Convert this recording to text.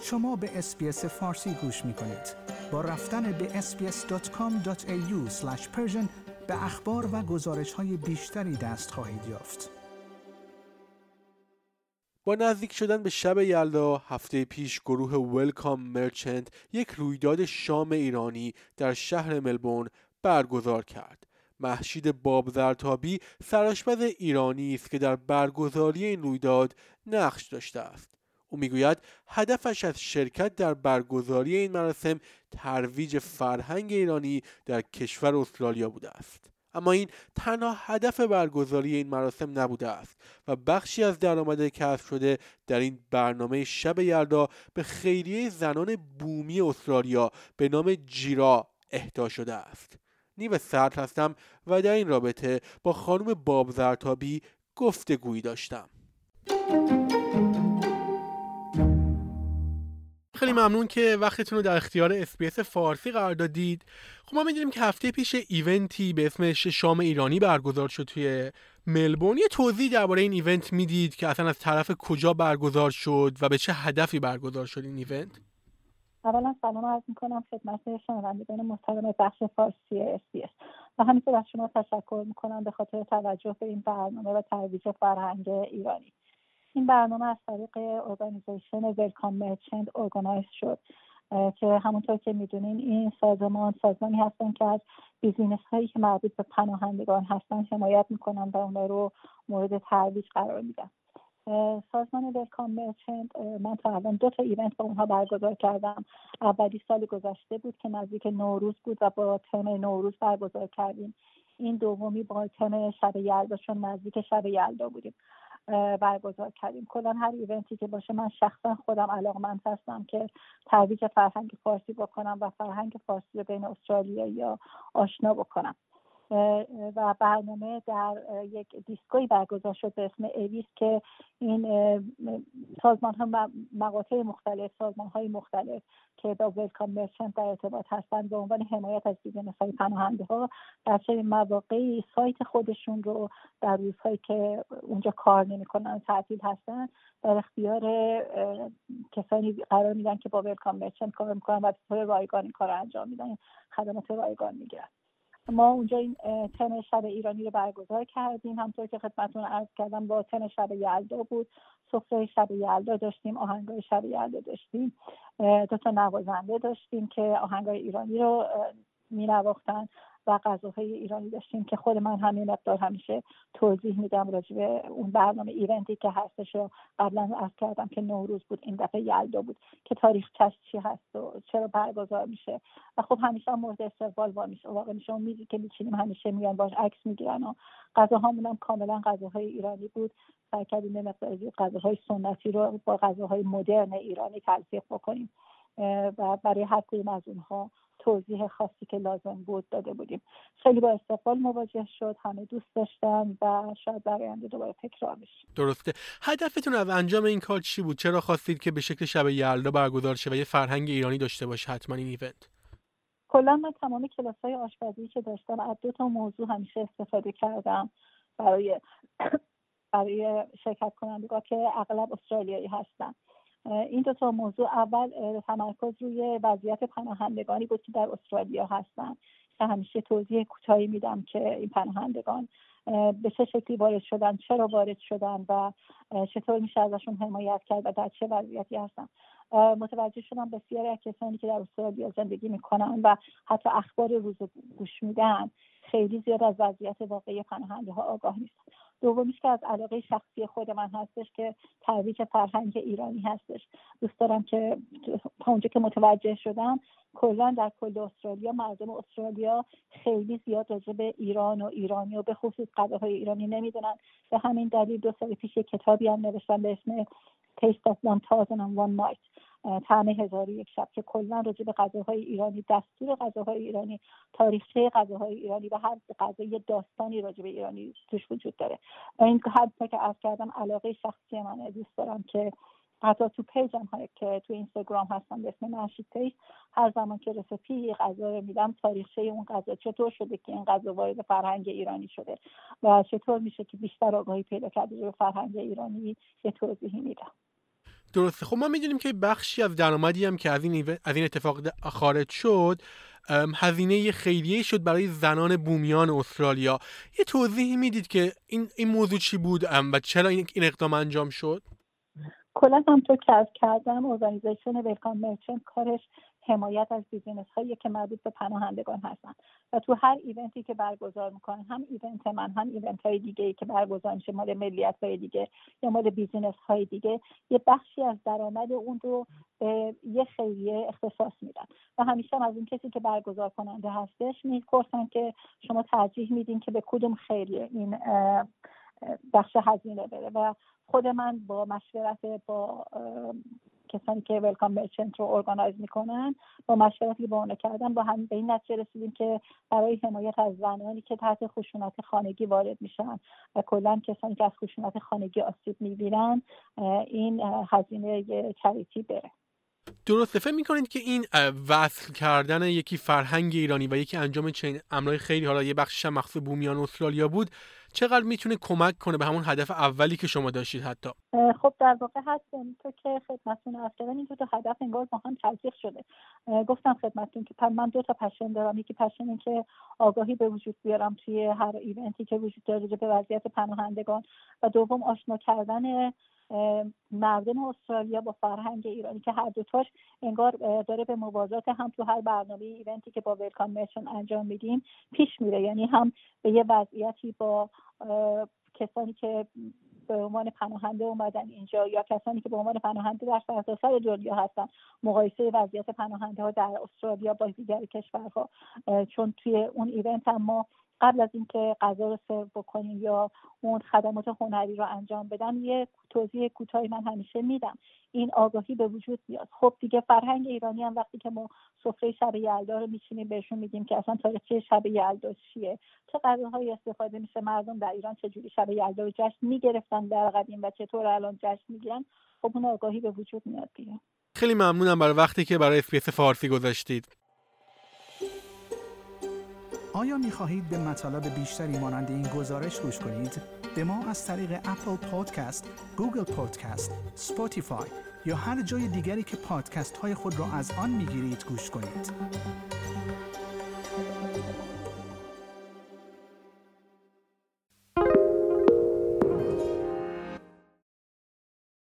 شما به SBS فارسی گوش می کنید. با رفتن به sbs.com.au/persian به اخبار و گزارش‌های بیشتری دست خواهید یافت. با نزدیک شدن به شب یلدا، هفته پیش گروه ویلکام مرچنت یک رویداد شام ایرانی در شهر ملبورن برگزار کرد. مهشید بابزرتابی سرآشپز ایرانی است که در برگزاری این رویداد نقش داشته است. او میگوید هدفش از شرکت در برگزاری این مراسم ترویج فرهنگ ایرانی در کشور استرالیا بوده است. اما این تنها هدف برگزاری این مراسم نبوده است و بخشی از درآمد کسب شده در این برنامه شب یلدا به خیریه زنان بومی استرالیا به نام جیرا اهدا شده است. نیو سرد هستم و در این رابطه با خانم بابزرتابی گفتگویی داشتم. خیلی ممنون که وقتتون رو در اختیار اس‌بی‌اس فارسی قرار دادید. خب ما می‌دونیم که هفته پیش ایونتی به اسم شام ایرانی برگزار شد توی ملبورن. یه توضیح درباره این ایونت میدید که اصلا از طرف کجا برگزار شد و به چه هدفی برگزار شد این ایونت؟ اولا سلام عرض می‌کنم خدمت شنوندگان محترم بخش فارسی اس‌بی‌اس و همینطور از شما تشکر می‌کنم به خاطر توجه به این برنامه و ترویج فرهنگ ایرانی. این برنامه از طریق ارگانیزیشن ویلکام مرچنت ارگانایز شد که همونطور که میدونین این سازمانی هستن که از بیزینس هایی که مربوط به پناهندگان هستن حمایت میکنن و اونا رو مورد ترویج قرار میدن. سازمان ویلکام مرچنت من تا الان 2 ایونت با اونها برگزار کردم. اولی سال گذشته بود که نزدیک نوروز بود و با تم نوروز برگزار کردیم. این دومی با تم شب یلدا چون نزدیک شب یلدا بودیم برگزار کردیم. کلا هر ایونتی که باشه من شخصا خودم علاقمند هستم که ترویج فرهنگ فارسی بکنم و فرهنگ فارسی رو بین استرالیایی‌ها آشنا بکنم. و برنامه در یک دیسکوی برگزار شد به اسم اویس که این سازمان ها مقاطع مختلف، سازمان های مختلف که با ویلکام مرچنت در ارتباط هستند به عنوان حمایت از بیزنس های پناهنده ها در چنین مواقعی سایت خودشون رو در روزهایی که اونجا کار نمی‌کنن تعطیل هستن در اختیار کسانی قرار میدن که با ویلکام مرچنت کار میکنن و به طور رایگان این کار انجام میدن، خدمات رایگان میگیرن. ما اونجا این تم شب ایرانی رو برگزار کردیم. همونطور که خدمتتون عرض کردم با تم شب یلدا بود. سفره شب یلدا داشتیم، آهنگای شب یلدا داشتیم، 2 نوازنده داشتیم که آهنگای ایرانی رو می‌نواختن و غذاهای ایرانی داشتیم که خود من همین مقدار همیشه توضیح میدم راجع به اون برنامه ایونتی که هستش. رو قبلا عرض کردم که نوروز بود، این دفعه یلدا بود که تاریخچه‌اش چی هست و چرا برگزار میشه و خب همیشه مورد استقبال واقع میشه. اون میزی که میچینیم همیشه میان باش عکس میگیرن و غذاهامون هم کاملا غذاهای ایرانی بود. سعی کردیم یه مقدار غذاهای سنتی رو با غذاهای مدرن ایرانی تلفیق بکنیم و برای هر کدوم از اونها توضیح خاصی که لازم بود داده بودیم. خیلی با استقبال مواجه شد، همه دوست داشتن و شاید در آینده دوباره تکرار بشه. درسته. هدفتون از انجام این کار چی بود؟ چرا خواستید که به شکل شب یلدا برگزار شه و یه فرهنگ ایرانی داشته باشه حتما این ایونت؟ کلا من تمام کلاس‌های آشپزی که داشتم از 2 موضوع همیشه استفاده کردم برای شرکت کنندگان که اغلب استرالیایی هستن. این 2 موضوع، اول تمرکز روی وضعیت پناهندگانی بود که در استرالیا هستن که همیشه توضیح کوتاهی میدم که این پناهندگان به چه شکلی وارد شدن، چرا وارد شدن و چطور میشه ازشون حمایت کرد و در چه وضعیتی هستن. متوجه شدم بسیاری از کسانی که در استرالیا زندگی میکنن و حتی اخبار روز گوش میدن خیلی زیاد از وضعیت واقعی پناهنده ها آگاه نیستن. دومیش که از علاقه شخصی خود من هستش که ترویج فرهنگ ایرانی هستش. دوست دارم که تا اونجا که متوجه شدم کلا در کل استرالیا مردم استرالیا خیلی زیاد راجع به ایران و ایرانی و به خصوص غذاهای ایرانی نمیدونن. به همین دلیل 2 سال پیش یک کتابی هم نوشتم به اسم Taste of 1001 Night، طعم 1001 شب، که کلا راجع به غذاهای ایرانی، دستور غذاهای ایرانی، تاریخچه غذاهای ایرانی و هر غذای داستانی راجع به ایرانی توش وجود داره. و این حرفی که عرض کردم علاقه شخصی منه. دوست دارم که حتی تو پیجم که تو اینستاگرام هستم به اسم مهشید تیست، هر زمان که رسیپی غذا رو میدم تاریخچه اون غذا چطور شده که این غذا وارد فرهنگ ایرانی شده و چطور میشه که بیشتر آگاهی پیدا کرده به فرهنگ ایرانی یه توضیحی میدم. درسته. خب ما میدونیم که بخشی از درآمدی هم که از این اتفاق خارج شد هزینه خیریه شد برای زنان بومیان استرالیا. یه توضیح میدید که این موضوع چی بود و چرا این اقدام انجام شد؟ کلا همونطور که عرض کردم ارگانیزیشن ولکام مرچنت کارش حمایت از بیزینس هایی که مربوط به پناهندگان هستن و تو هر ایونتی که برگزار میکنن، هم ایونت من هم ایونت های دیگه که برگزار میشه مال ملیت های دیگه یا مال بیزینس های دیگه، یه بخشی از درآمد اون رو به یه خیریه اختصاص میدن و همیشه هم از اون کسی که برگزار کننده هستش میپرسن که شما ترجیح میدین که به کدوم خیریه این بخش هزینه بره و خود من با مشورت با کسانی که ولکام مرچنت رو ارگانایز میکنن، با مشورتی با اونا کردم با هم به این نتیجه رسیدیم که برای حمایت از زنانی که تحت خشونت خانگی وارد میشن و کلا کسانی که از خشونت خانگی آسیب میبینن این هزینه چریتی بره. درسته. فکر می‌کنید که این وصل کردن یکی فرهنگ ایرانی و یکی انجام چنین امرای خیلی، حالا یه بخشش هم مخصوص بومیان استرالیا بود، چقدر میتونه کمک کنه به همون هدف اولی که شما داشتید؟ حتی خب در واقع هستیم تو که خدمتتون عرض کردم این دو تا هدف انگار با هم تلفیق شده. گفتم خدمتتون که من دو تا پشن دارم. یکی پشن این که آگاهی به وجود بیارم توی هر ایونتی که وجود داره به وضعیت پناهندگان و دوم آشنا کردن مردم استرالیا با فرهنگ ایرانی که هر دوتاش انگار داره به موازات هم تو هر برنامه ایونتی که با ولکام مرچنت انجام میدیم پیش میره. یعنی هم به یه وضعیتی با کسانی که به عنوان پناهنده اومدن اینجا یا کسانی که به عنوان پناهنده در سرتاسر دنیا هستن، مقایسه وضعیت پناهنده ها در استرالیا با دیگر کشورها. چون توی اون ایونت هم ما قبل از اینکه غذا رو سرو بکنیم یا اون خدمات هنری رو انجام بدم یه توضیح کوتاهی من همیشه میدم این آگاهی به وجود بیاد. خب دیگه فرهنگ ایرانی هم وقتی که ما سفره شب یلدا رو میچینیم بهشون میگیم که اصلا تاریخچه شب یلدا چیه، چه غذاهایی استفاده میشه، مردم در ایران چجوری شب یلدا رو جشن میگرفتن در قدیم و چطور الان جشن میگیرن، خب اون آگاهی به وجود میاد دیگه. خیلی ممنونم برای وقتی که برای اسپیس فارسی گذاشتید. آیا می‌خواهید به مطالب بیشتری مانند این گزارش گوش کنید؟ به ما از طریق اپل پادکست، گوگل پادکست، اسپاتیفای یا هر جای دیگری که پادکست‌های خود را از آن می‌گیرید گوش کنید.